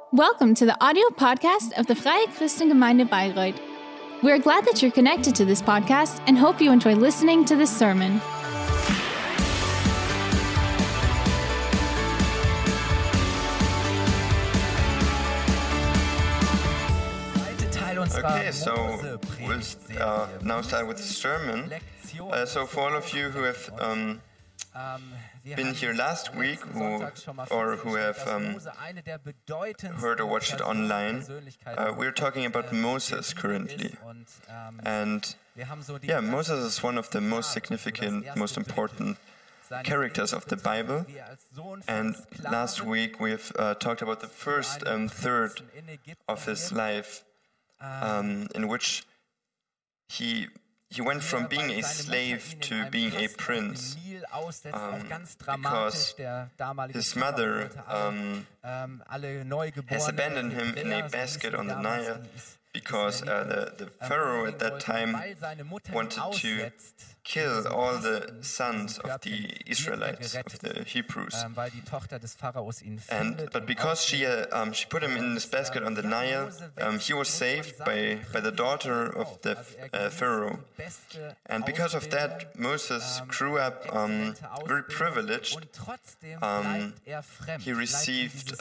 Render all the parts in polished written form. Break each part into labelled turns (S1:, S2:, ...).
S1: Welcome to the audio podcast of the Freie Christengemeinde Bayreuth. We are glad that you're connected to this podcast and hope you enjoy listening to this sermon.
S2: Okay, so we'll now start with the sermon. So for all of you who have been here last week who have heard or watched it online, we're talking about Moses currently. And yeah, Moses is one of the most significant, most important characters of the Bible. And last week we've talked about the first third of his life, in which he went from being a slave to being a prince, because his mother has abandoned him in a basket on the Nile, because the Pharaoh at that time wanted to kill all the sons of the Israelites, of the Hebrews. But because she put him in this basket on the Nile, he was saved by the daughter of the Pharaoh. And because of that, Moses grew up very privileged. He received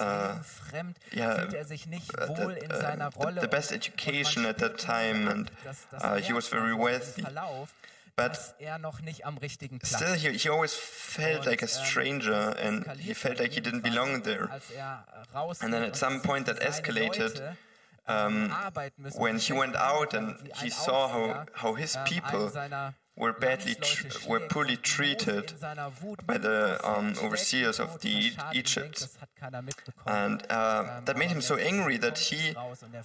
S2: the best education at that time, and he was very wealthy. But still, he always felt like a stranger, and he felt like he didn't belong there. And then at some point that escalated when he went out and he saw how his people were poorly treated by the overseers of the Egypt. And that made him so angry that he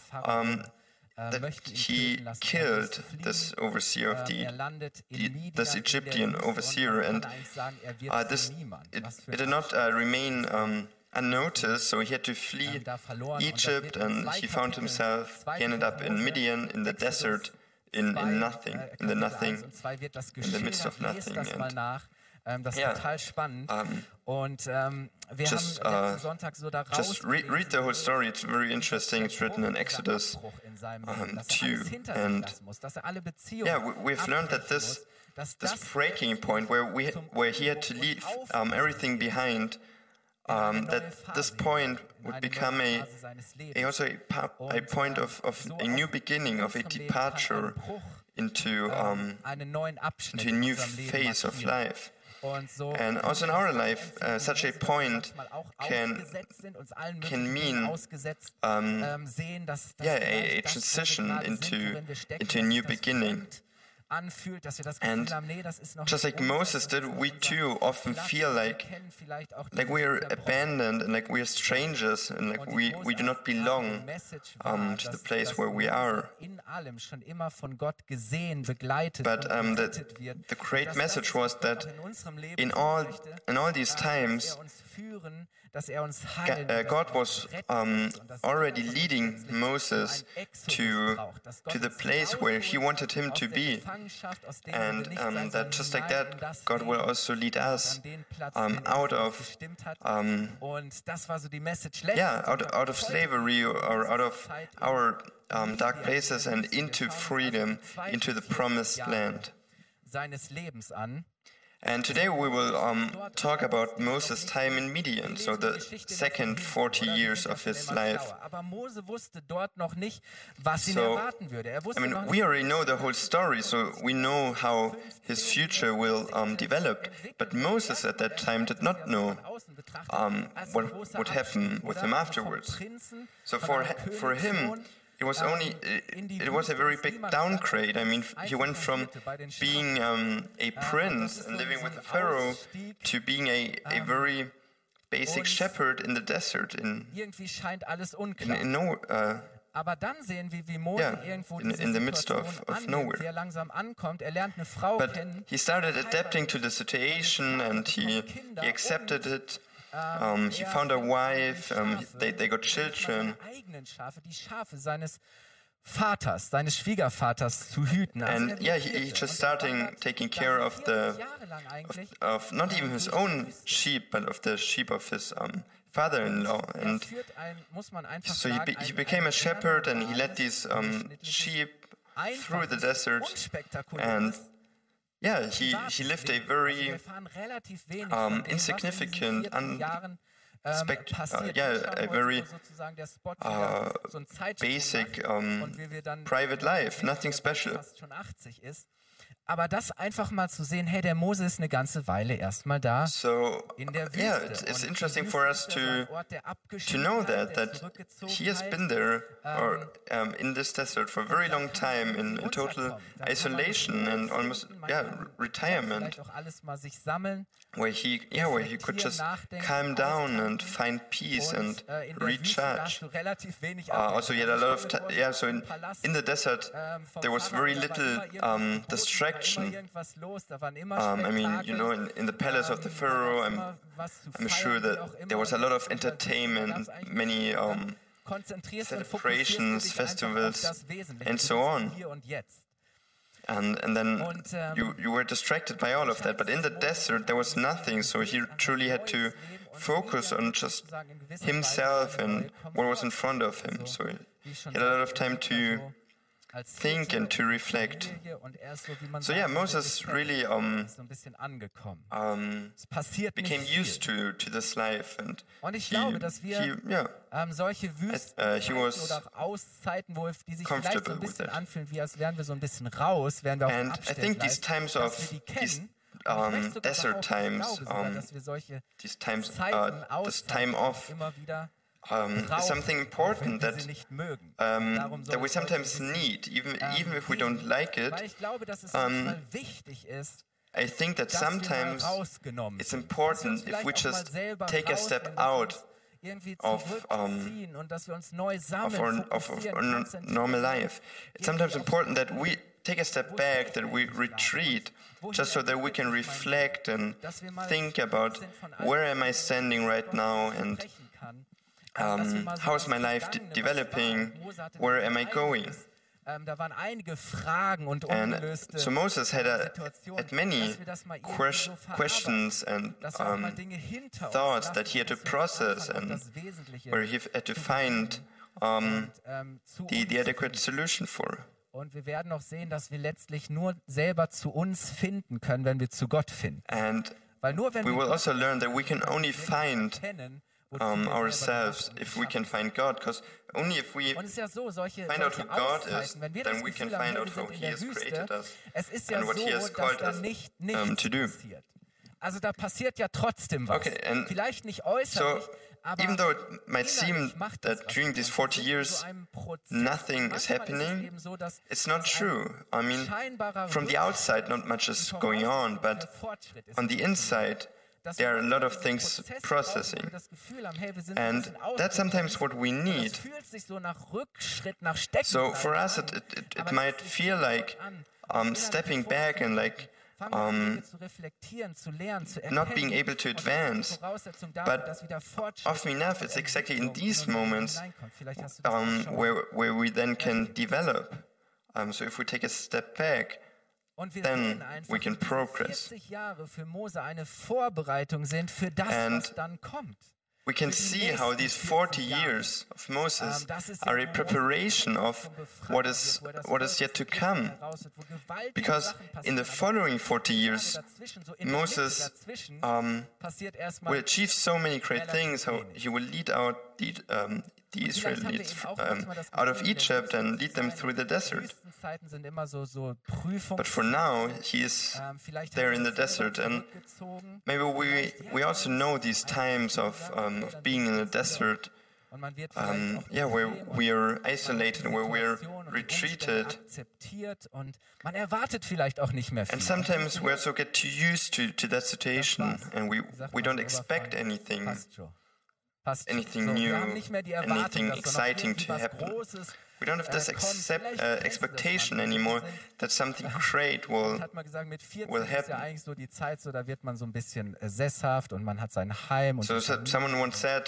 S2: killed this overseer of this Egyptian overseer, and it did not remain unnoticed, so he had to flee Egypt, and he ended up in Midian, in the desert, in nothing, in the midst of nothing. And just read the whole story. It's very interesting. It's written in Exodus 2. And we've learned that this breaking point where he had to leave everything behind, that this point would become a point of a new beginning, of a departure into a new phase of life. And also in our life, such a point can mean a transition into a new beginning. And just like Moses did, we too often feel like we are abandoned, and like we are strangers, and like we do not belong to the place where we are. But the great message was that in all these times, God was already leading Moses to the place where he wanted him to be. And that just like that, God will also lead us out of slavery or out of our dark places and into freedom, into the promised land. And today we will talk about Moses' time in Midian, so the second 40 years of his life. So, we already know the whole story, so we know how his future will develop. But Moses at that time did not know what would happen with him afterwards. So for him, it was a very big downgrade. I mean, he went from being a prince and living with the Pharaoh to being a very basic shepherd in the desert in the midst of nowhere. But he started adapting to the situation, and he accepted it. He found a wife, they got children.
S3: Seines Schwiegervaters zu hüten.
S2: And he just starting taking care of not even his own sheep, but of the sheep of his father-in-law, and so he became a shepherd, and he led these sheep through the desert, and he lived a very insignificant, a very basic private life, nothing special.
S3: Aber das einfach mal zu sehen, hey, der Mose ist eine ganze Weile erstmal da in der Wüste.
S2: Yeah, it's interesting for us to know that he has been there in this desert for a very long time in total isolation and almost retirement, where he could just calm down and find peace and recharge. Also, he had a lot of so in the desert there was very little distraction. I mean, you know, in the palace of the Pharaoh, I'm sure that there was a lot of entertainment, many celebrations, festivals, and so on. And then you were distracted by all of that. But in the desert, there was nothing, so he truly had to focus on just himself and what was in front of him. So he had a lot of time to think and to reflect. So yeah, Moses really became used to this life, and he was comfortable with it. And I think these times of these desert times, these times, this time off, is something important that we sometimes need, even if we don't like it. I think that sometimes it's important if we just take a step out of our normal life. It's sometimes important that we take a step back, that we retreat, just so that we can reflect and think about where am I standing right now, and how is my life developing? Where am I going? And so Moses had many questions and thoughts that he had to process, and where he had to find the adequate solution for.
S3: Und wir werden auch sehen, dass wir letztlich nur selber zu uns finden können, wenn wir zu Gott finden.
S2: And we will also learn that we can only find ourselves if we can find God, because only if we find out who God is, then we can find out how He has created us and what He has called us to do.
S3: Also da passiert ja trotzdem was.
S2: Okay, and
S3: vielleicht nicht äußerlich,
S2: so even though it might seem that during these 40 years nothing is happening, it's not true. I mean, from the outside not much is going on, but on the inside there are a lot of things processing. And that's sometimes what we need. So for us it might feel like stepping back and like not being able to advance, but often enough it's exactly in these moments where we then can develop. So if we take a step back, then we can progress. And we can see how these 40 years of Moses are a preparation of what is yet to come. Because in the following 40 years, Moses will achieve so many great things. How he will lead out the Israelites out of Egypt and lead them through the desert. But for now, he is there in the desert, and maybe we also know these times of being in the desert, where we are isolated, where we are retreated, and sometimes we also get too used to that situation, and we don't expect anything new, anything exciting to happen. We don't have this expectation anymore that something great will happen. So someone once said,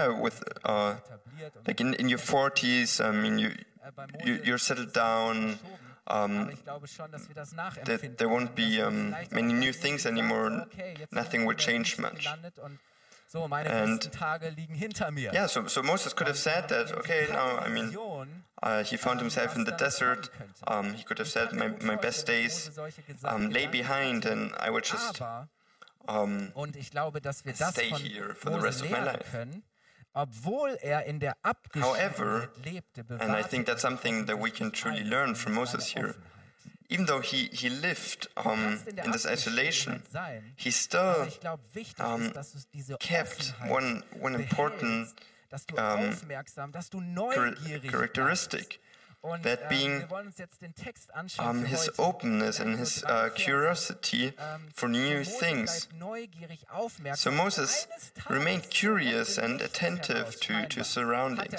S2: like in your 40s, you're settled down. There won't be many new things anymore. Nothing will change much.
S3: So, meine besten Tage liegen hinter mir.
S2: Yeah, so Moses could have said that, okay, now, I mean, he found himself in the desert. He could have said, my best days lay behind and I would just
S3: und ich glaube, dass wir das
S2: stay
S3: von
S2: here for the
S3: Mose
S2: rest of my
S3: lernen
S2: life.
S3: können, obwohl er in der
S2: However,
S3: Abgeschiedenheit lebte,
S2: and I think that's something that we can truly learn from Moses here. Even though he lived in this isolation, he still kept one important characteristic, that being his openness and his curiosity for new things. So Moses remained curious and attentive to surroundings.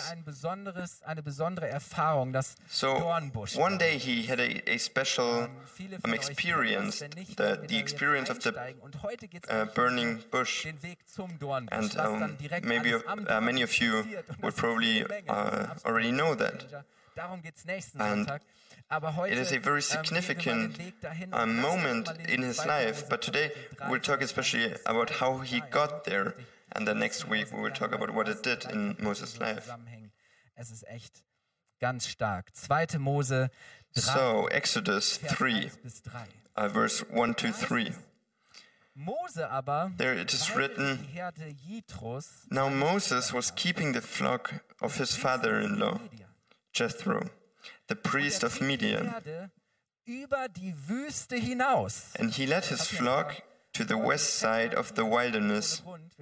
S2: So one day he had a special experience, the experience of the burning bush. And maybe many of you would probably already know that. And it is a very significant moment in his life, but today we'll talk especially about how he got there, and then next week we will talk about what it did in Moses' life.
S3: Es ist echt ganz stark. 2. Mose 3,
S2: so, Exodus 3, verse 1 to 3. There it is written, Now Moses was keeping the flock of his father-in-law, Jethro, the priest of Midian, and he led his flock to the west side of the wilderness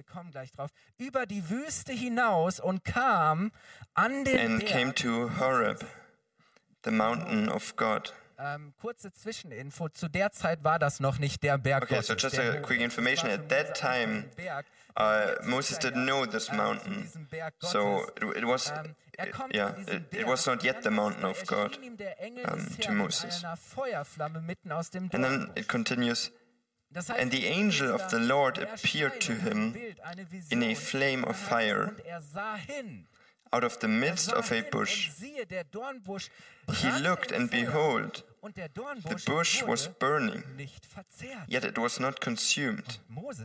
S2: and came to Horeb, the mountain of God.
S3: Kurze Zwischeninfo, zu der Zeit war das noch nicht der Berg Gottes.
S2: Okay, so just a quick information. At that time, Moses didn't know this mountain, so it was not yet the mountain of God to Moses. And then it continues, and the angel of the Lord appeared to him in a flame of fire out of the midst of a bush. He looked, and behold, the bush was burning, yet it was not consumed.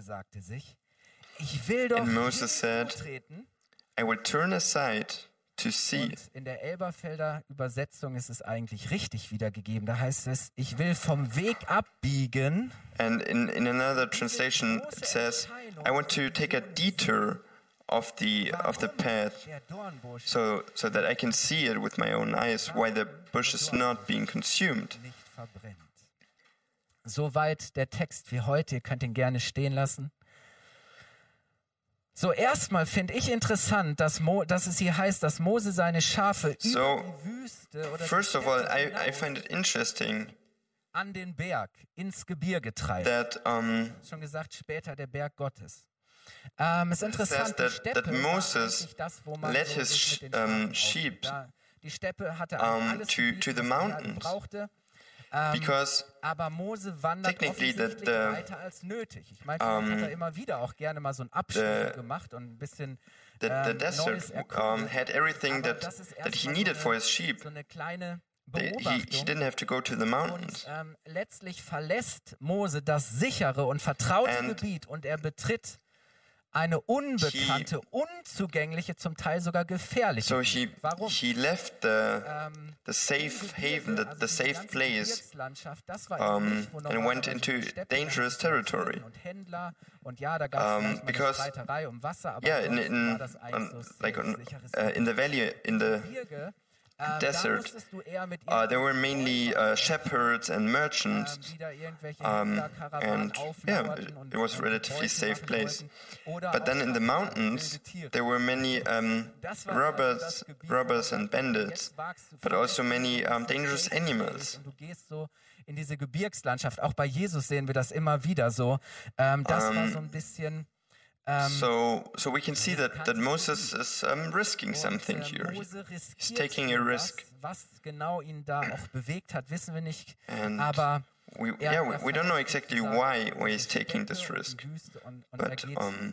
S2: And Moses said, I will turn aside to see.
S3: In der Elberfelder Übersetzung ist es eigentlich richtig wiedergegeben. Da heißt es, ich will vom Weg abbiegen.
S2: And in another translation it says, I want to take a detour of the path, so that I can see it with my own eyes, why the bush is not being consumed.
S3: Soweit der Text für heute. Ihr könnt ihn gerne stehen lassen. So, erstmal finde ich interessant, dass es hier heißt, dass Mose seine Schafe über die Wüste oder
S2: first of all, I find it interesting
S3: an den Berg, ins Gebirge treibt.
S2: That,
S3: schon gesagt, später der Berg Gottes. Es ist interessant, die Steppe
S2: that Moses
S3: das, wo man
S2: led his sheep
S3: die Steppe hatte alles
S2: to the mountains.
S3: Brauchte.
S2: Because
S3: aber Mose wandert offensichtlich weiter als nötig. Ich meine, hat er immer wieder auch gerne mal so einen Abschnitt gemacht und ein bisschen
S2: the desert had everything that he needed for his sheep.
S3: So eine kleine
S2: He didn't have to go to the mountains.
S3: Und letztlich verlässt Mose das sichere und vertraute Gebiet und er betritt eine unbekannte, unzugängliche, zum Teil sogar gefährliche.
S2: So
S3: Warum?
S2: He left the safe haven, the safe place, and went into dangerous territory. Because in the valley, in the desert, there were mainly shepherds and merchants, and it was a relatively safe place. But then in the mountains, there were many robbers and bandits, but also many dangerous animals.
S3: In diese Gebirgslandschaft, auch bei Jesus sehen wir das immer wieder so. Das war so ein bisschen
S2: So we can see that Moses is risking something here. He's taking a risk.
S3: Was genau ihn da auch bewegt hat, wissen wir nicht.
S2: And
S3: aber
S2: we don't know exactly why he's taking this risk. But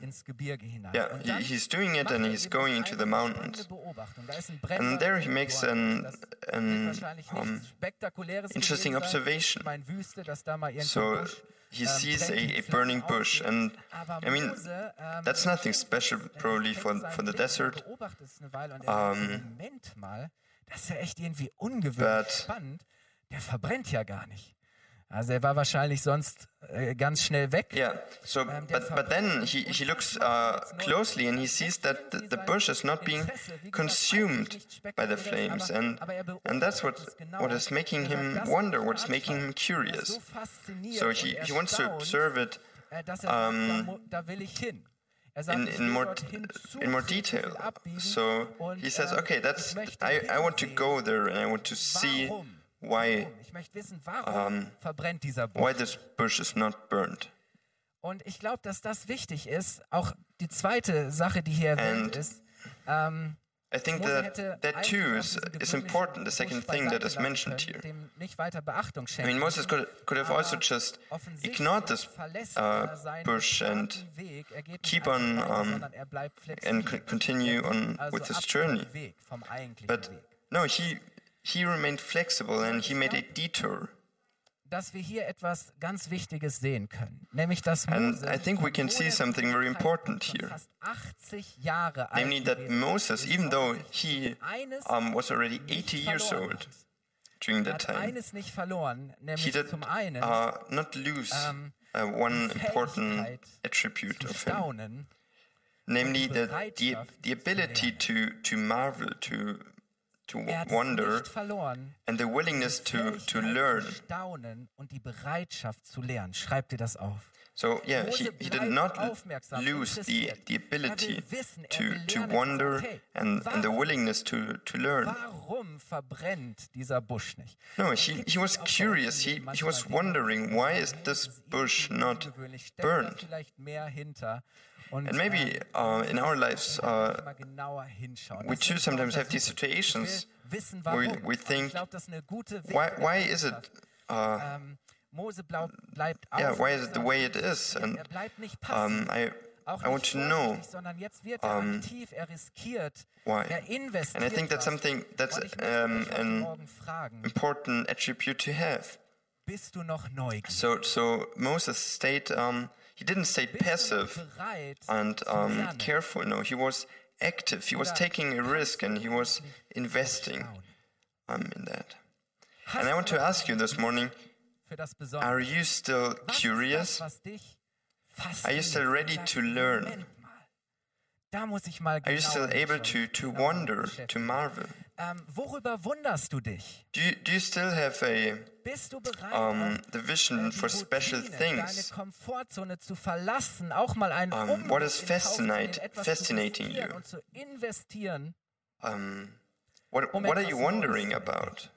S2: he's doing it and he's going into the mountains. And there he makes an interesting observation. So he sees a burning bush, and I mean that's nothing special probably for the desert.
S3: Moment mal, das ist ja echt irgendwie ungewöhnlich spannend. Der verbrennt ja gar nicht. Also er war wahrscheinlich sonst ganz schnell weg.
S2: Yeah. So, but then he looks closely and he sees that the bush is not being consumed by the flames, and that's what is making him wonder, what's making him curious. So he wants to observe it in more detail. So he says, okay, I want to go there and I want to see why this bush is not burned.
S3: Und ich glaube, dass das wichtig ist. Auch die zweite Sache, die hier erwähnt ist.
S2: I think that too is important. The second thing that is mentioned here. I mean, Moses could have also just ignored this bush and keep on and continue on with his journey. But no, he remained flexible and he made a detour.
S3: Dass wir hier etwas ganz Wichtiges sehen können, nämlich dass Mose,
S2: and I think we can see something very important here. Namely that Moses, even though he was already 80 years old during that time, he did not lose one important attribute of him, namely the ability to marvel, to wonder, and the willingness to learn.
S3: Und die Bereitschaft zu lernen. Schreib dir das auf.
S2: So yeah, he did not lose the ability to wonder and the willingness to learn.
S3: Warum verbrennt dieser Busch nicht?
S2: No, he was curious. He was wondering, why is this bush not burned? And maybe in our lives, we too sometimes have these situations where we think, why is it? Why is it the way it is? And I want to know why. And I think that's something that's an important attribute to have. So Moses stayed. He didn't stay passive and careful. No, he was active. He was taking a risk and he was investing in that. And I want to ask you this morning, are you still curious? Are you still ready to learn? Are you still able to wonder, to marvel?
S3: Worüber wunderst du dich?
S2: Do you still have the vision for special things? What is fascinating you? What are you wondering about?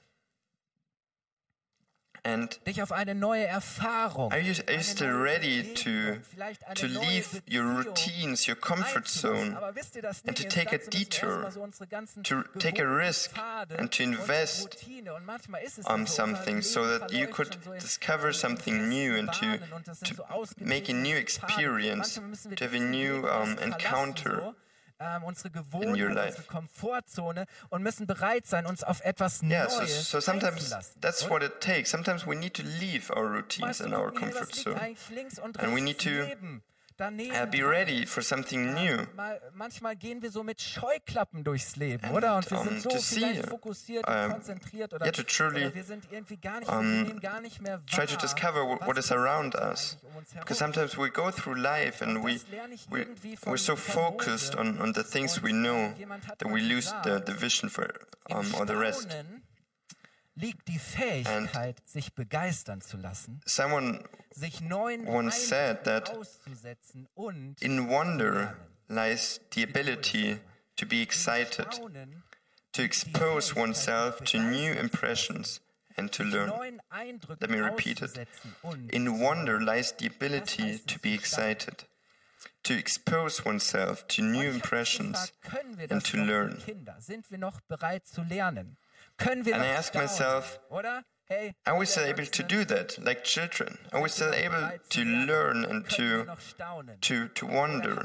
S2: And
S3: dich auf eine neue Erfahrung.
S2: Are you still ready to leave your routines, your comfort zone, and to take a detour, to take a risk, and to invest on something so that you could discover something new and to make a new experience, to have a new encounter in your life?
S3: Komfortzone und müssen bereit sein, uns auf etwas Neues
S2: so sometimes that's what it takes. Sometimes we need to leave our routines and our comfort zone, and we need to be ready for something new.
S3: Manchmal gehen wir so mit Scheuklappen durchs Leben, oder? Und wir sind so vielleicht fokussiert und konzentriert, oder wir sind irgendwie gar nicht mehr wahr,
S2: try to discover what is around us. Because sometimes we go through life and we're so focused on the things we know that we lose the vision for or the rest.
S3: Liegt die Fähigkeit, sich begeistern zu lassen,
S2: someone
S3: sich neuen
S2: once said that
S3: auszusetzen und
S2: in wonder lies the ability to be excited, to expose oneself to new impressions and to learn. Let me repeat it. In wonder lies the ability to be excited, to expose oneself to new impressions and to learn.
S3: Sind wir noch bereit zu lernen?
S2: And I ask myself, are we still able to do that, like children? Are we still able to learn and to wonder?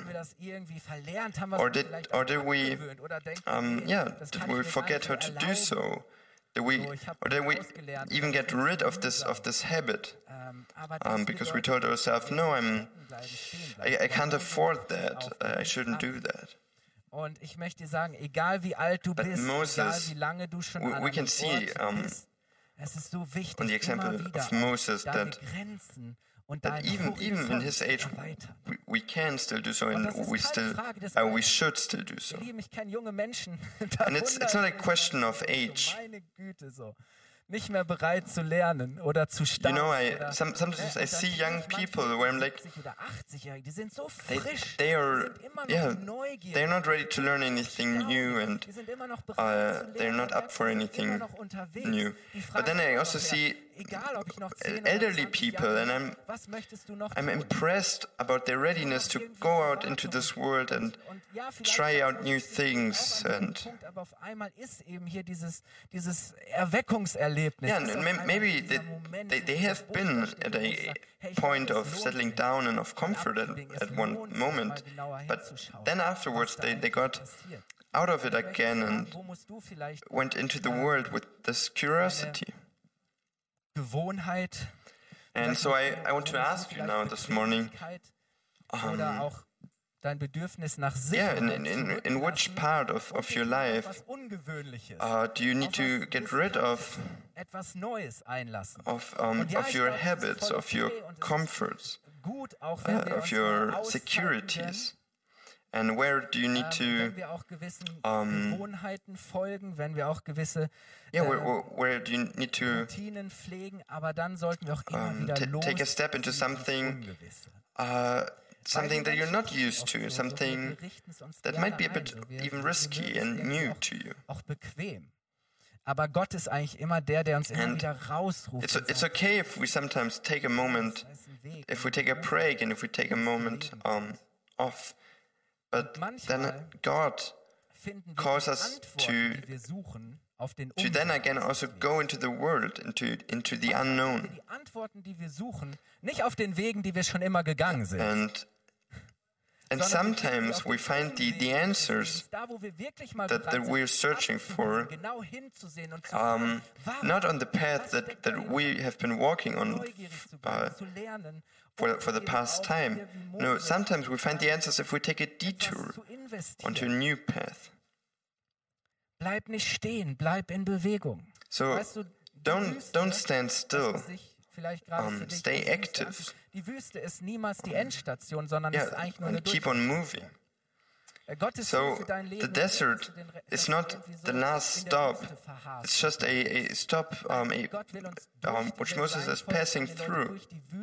S2: Or did we forget how to do so? we even get rid of this habit, because we told ourselves, no, I can't afford that. I shouldn't do that.
S3: Und ich möchte dir sagen, egal wie alt du bist, egal wie lange du schon an einem Ort bist, es ist so wichtig,
S2: on the example
S3: immer wieder
S2: of Moses,
S3: deine Grenzen und
S2: that
S3: deinen
S2: even in his age, we can still do so, and we should still do so.
S3: Ich kenne junge Menschen,
S2: And it's not a question of age.
S3: Meine Güte, so. Nicht mehr bereit zu lernen oder zu starten.
S2: You know, sometimes I see young people where I'm like,
S3: die sind so frisch,
S2: they're not ready to learn anything new, and they're not up for anything new. But then I also see elderly people, and I'm impressed about their readiness to go out into this world and try out new things. And
S3: aber auf einmal ist eben hier dieses Erweckungserlebnis.
S2: yeah, and maybe they have been at a point of settling down and of comfort at one moment, but then afterwards they got out of it again and went into the world with this curiosity.
S3: Gewohnheit.
S2: And so I want to ask you now this morning,
S3: oder auch dein Bedürfnis nach
S2: in which part of your life do you need to get rid of your habits, of your comforts, of your securities? And where do you need to
S3: Gewohnheiten folgen, wenn wir auch gewisse
S2: where do you need to
S3: Routinen pflegen, aber dann sollten wir auch immer wieder
S2: take a step into something that you're not used to, something that might be a bit even risky and new to you.
S3: Auch bequem. Aber Gott ist eigentlich immer der uns immer wieder rausruft.
S2: It's okay if we sometimes take a moment, if we take a break and if we take a moment off. But then God calls us to then again also go into the world, into the unknown.
S3: Die Antworten, die wir suchen, nicht auf den Wegen, die wir schon immer gegangen sind.
S2: And sometimes we find the answers that we're searching for, not on the path that we have been walking on for the past time. No, sometimes we find the answers if we take a detour onto a new path.
S3: Bleib nicht stehen, bleib in Bewegung.
S2: So don't stand still. Stay active.
S3: Die Wüste ist niemals die Endstation, sondern es ist eigentlich nur eine
S2: keep on moving. So the desert is not the last stop. It's just a stop which Moses is passing through.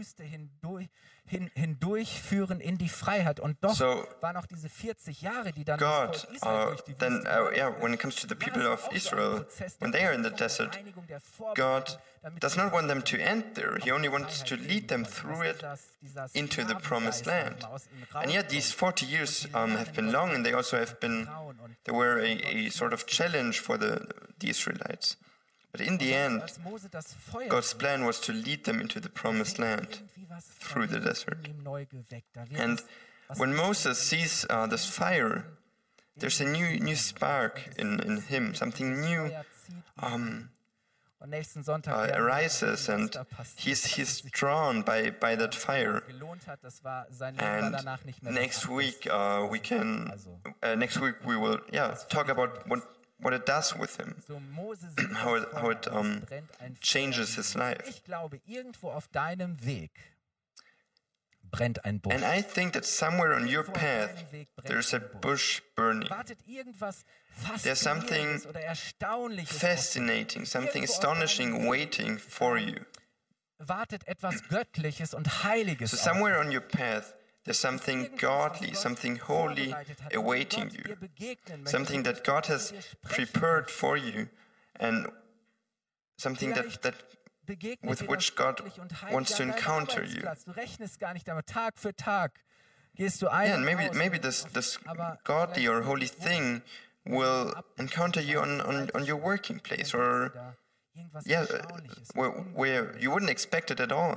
S3: Hindurchführen in die Freiheit. Und doch waren auch diese 40 Jahre, die dann
S2: God, when it comes to the people of Israel, when they are in the desert, God does not want them to end there. He only wants to lead them through it into the promised land. And yet these 40 years have been long, and they were a sort of challenge for the Israelites. But in the end, God's plan was to lead them into the promised land through the desert. And when Moses sees this fire, there's a new spark in him, something new arises, and he's drawn by that fire. And next week we will talk about what it does with him, how it changes his life.
S3: Ich glaube, irgendwo auf deinem Weg brennt ein Busch.
S2: And I think that somewhere on your path there's a bush burning. There's something fascinating, something astonishing waiting for you.
S3: Wartet etwas Göttliches und Heiliges.
S2: So somewhere on your path there's something godly, something holy awaiting you, something that God has prepared for you, and something that with which God wants to encounter you. Yeah, and maybe this godly or holy thing will encounter you on your working place, or where you wouldn't expect it at all.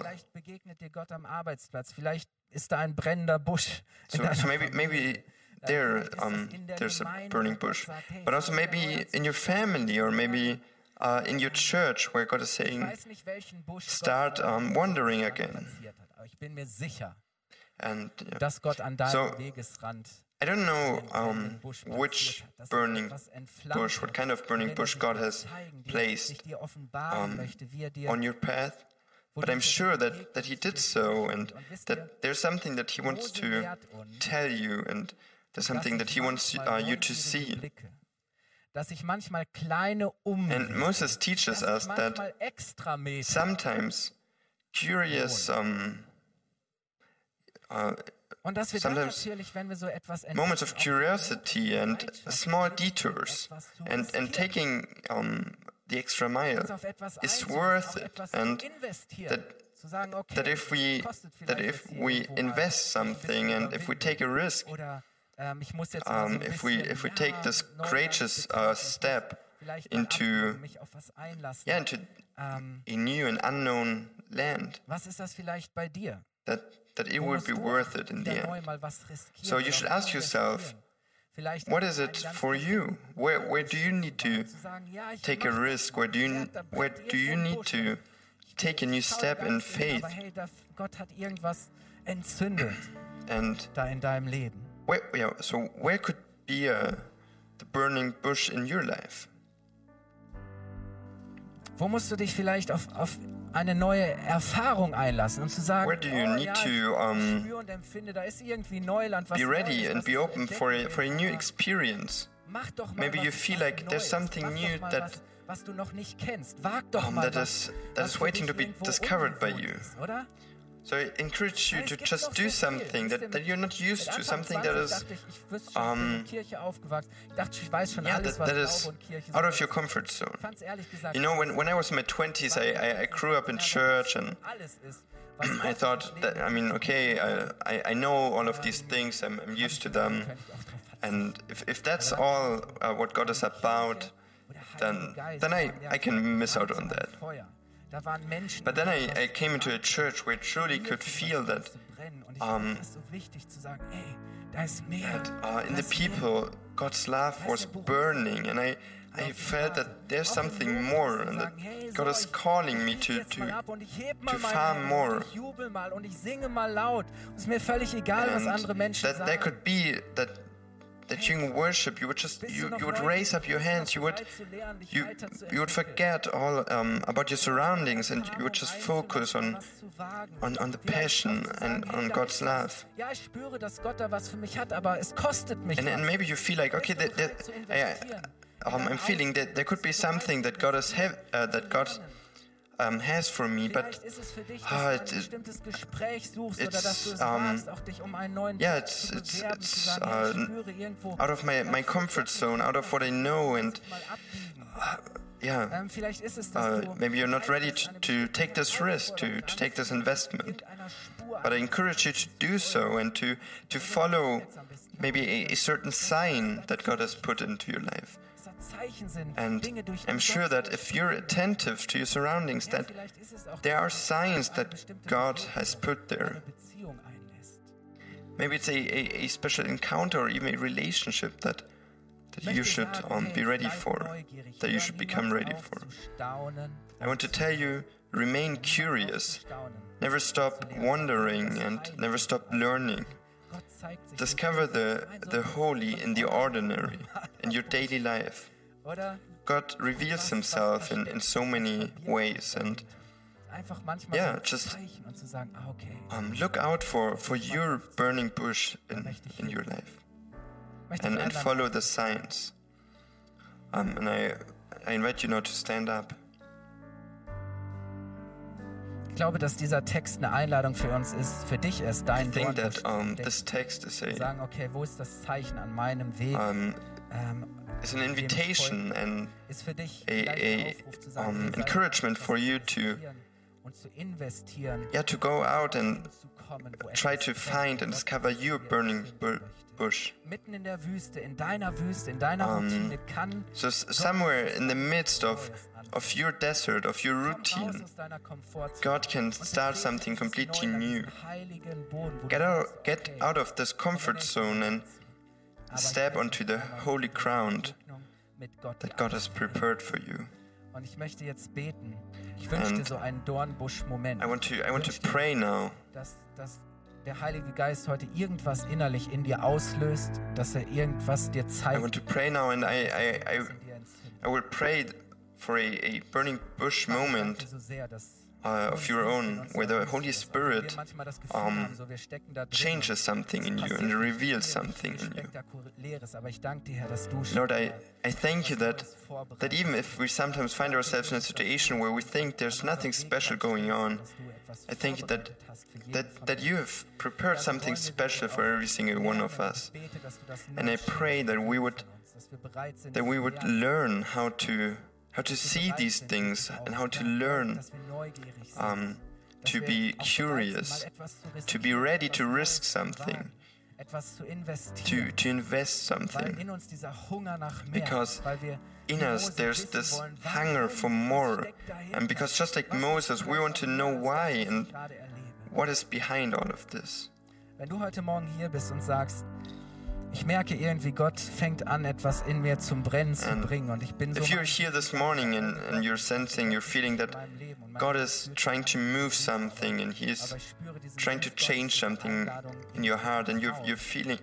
S2: So maybe there's a burning bush, but also maybe in your family, or maybe in your church where God is saying, start wandering again.
S3: Ich bin mir sicher,
S2: And
S3: dass Gott an deinem Wegesrand
S2: I don't know which burning bush, what kind of burning bush God has placed on your path, but I'm sure that He did so, and that there's something that He wants to tell you, and there's something that He wants you to see. And Moses teaches us that sometimes curious sometimes moments of curiosity and small detours and taking the extra mile is worth it, and that if we invest something and if we take a risk, if we take this courageous step into a new and unknown land, that it would be worth it in the end. So you should ask yourself, what is it for you? Where do you need to take a risk? Where do you need to take a new step in faith? And where could be the burning bush in your life?
S3: Wo musst du dich vielleicht auf eine neue Erfahrung einlassen und zu sagen,
S2: where do you need to
S3: spüre und empfinde, da ist irgendwie Neuland, was
S2: be ready and be open for a new experience? Maybe you feel like there's something new that
S3: was du noch nicht kennst. Wag doch mal
S2: that is waiting to be discovered by you.
S3: Oder?
S2: So I encourage you to just do something that you're not used to, something that is that is out of your comfort zone. You know, when I was in my 20s, I grew up in church, and I thought that, I mean, okay, I know all of these things, I'm used to them, and if that's all what God is about, then I can miss out on that. But then I came into a church where I truly could feel that in the people, God's love was burning, and I felt that there's something more, and that God is calling me to far more. And that there could be that during worship you would raise up your hands, you would forget all about your surroundings, and you would just focus on the passion and on God's love. And maybe you feel like, okay, I'm feeling that there could be something that God has for me, but it's out of my comfort zone, out of what I know, and maybe you're not ready to take this risk, to take this investment. But I encourage you to do so, and to follow maybe a certain sign that God has put into your life. And I'm sure that if you're attentive to your surroundings, that there are signs that God has put there. Maybe it's a special encounter or even a relationship that you should be ready for, that you should become ready for. I want to tell you, remain curious. Never stop wondering and never stop learning. Discover the holy in the ordinary, in your daily life. God reveals Himself in so many ways, and just look out for your burning bush in your life, and follow the signs. And I invite you now to stand up.
S3: Ich glaube, dass dieser Text eine Einladung für uns ist, für dich ist, dein
S2: Dornbusch zu
S3: sagen, okay, wo ist das Zeichen an meinem Weg?
S2: It's an invitation and a encouragement for you to go out and try to find and discover your burning bush. So somewhere in the midst of your desert, of your routine, God can start something completely new. Get out of this comfort zone and step onto the holy ground that God has prepared for you.
S3: Und ich möchte jetzt beten. Ich wünsche dir so einen Dornbusch-Moment.
S2: I want to pray now.
S3: Dass der Heilige Geist heute irgendwas innerlich in dir auslöst, dass er irgendwas dir zeigt.
S2: I want to pray now, and I will pray for a burning bush moment of your own, where the Holy Spirit changes something in you and reveals something in you. Lord, I thank you that even if we sometimes find ourselves in a situation where we think there's nothing special going on, I thank you that you have prepared something special for every single one of us. And I pray that we would learn how to see these things and how to learn to be curious, to be ready to risk something, to invest something, because in us there's this hunger for more, and because just like Moses, we want to know why and what is behind all of this.
S3: Wenn du heute Morgen hier bist und sagst, ich merke irgendwie, Gott fängt an, etwas in mir zum Brennen zu bringen. Und ich bin so.
S2: If you're here this morning and you're sensing, you're feeling that God is trying to move something and He is trying to change something in your heart, and you're feeling,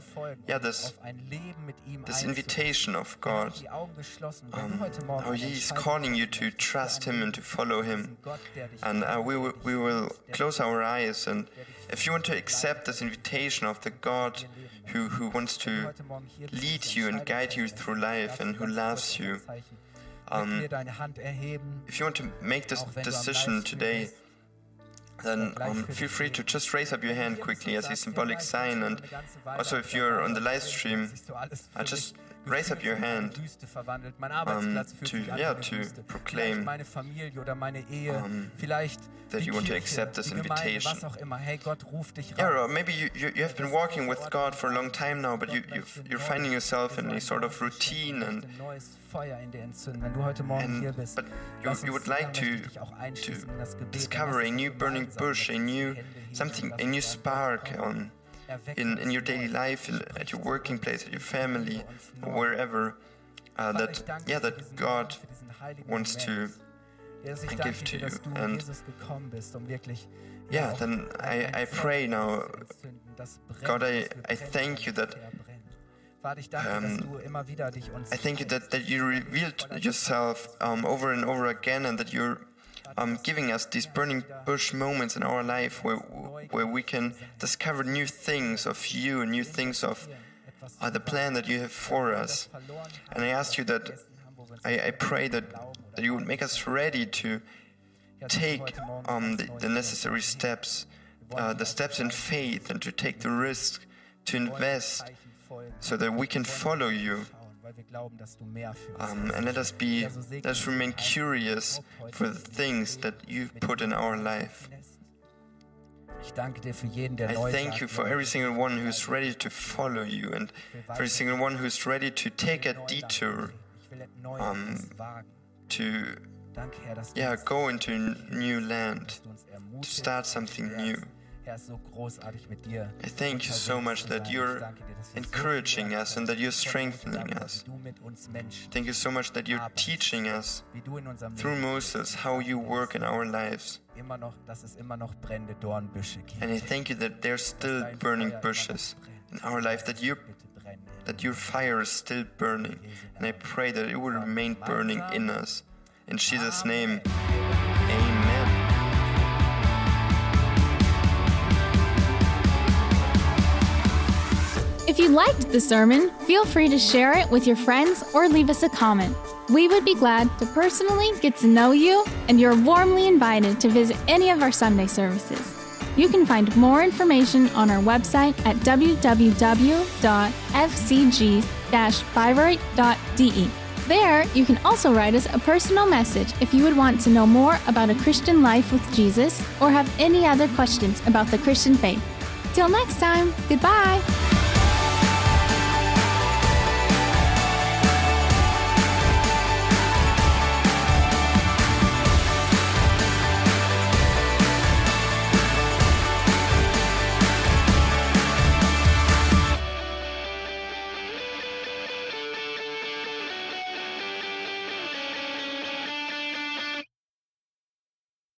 S2: this invitation of God, how He is calling you to trust Him and to follow Him. And we will close our eyes, and if you want to accept this invitation of the God who wants to lead you and guide you through life and who loves you, if you want to make this decision today, then feel free to just raise up your hand quickly as a symbolic sign. And also if you're on the live stream, just raise up your hand to proclaim that you want to accept this invitation. Or maybe you have been walking with God for a long time now, but you're finding yourself in a sort of routine, but you would like to discover a new burning bush, a new spark in your daily life, at your working place, at your family, or wherever, that God wants to give to you. And then I pray now, God, I thank you that I thank you that you revealed yourself over and over again, and that you're giving us these burning bush moments in our life where we can discover new things of you and new things of the plan that you have for us. And I ask you that I pray that you would make us ready to take the necessary steps, the steps in faith, and to take the risk to invest so that we can follow you. And let us remain curious for the things that you've put in our life. I thank you for every single one who's ready to follow you, and for every single one who's ready to take a detour to go into a new land, to start something new. I thank you so much that you're encouraging us and that you're strengthening us. Thank you so much that you're teaching us through Moses how you work in our lives. And I thank you that there's still burning bushes in our life, that your fire is still burning. And I pray that it will remain burning in us. In Jesus' name, amen.
S1: If you liked the sermon, feel free to share it with your friends or leave us a comment. We would be glad to personally get to know you, and you're warmly invited to visit any of our Sunday services. You can find more information on our website at www.fcg-bayreuth.de. There, you can also write us a personal message if you would want to know more about a Christian life with Jesus or have any other questions about the Christian faith. Till next time, goodbye!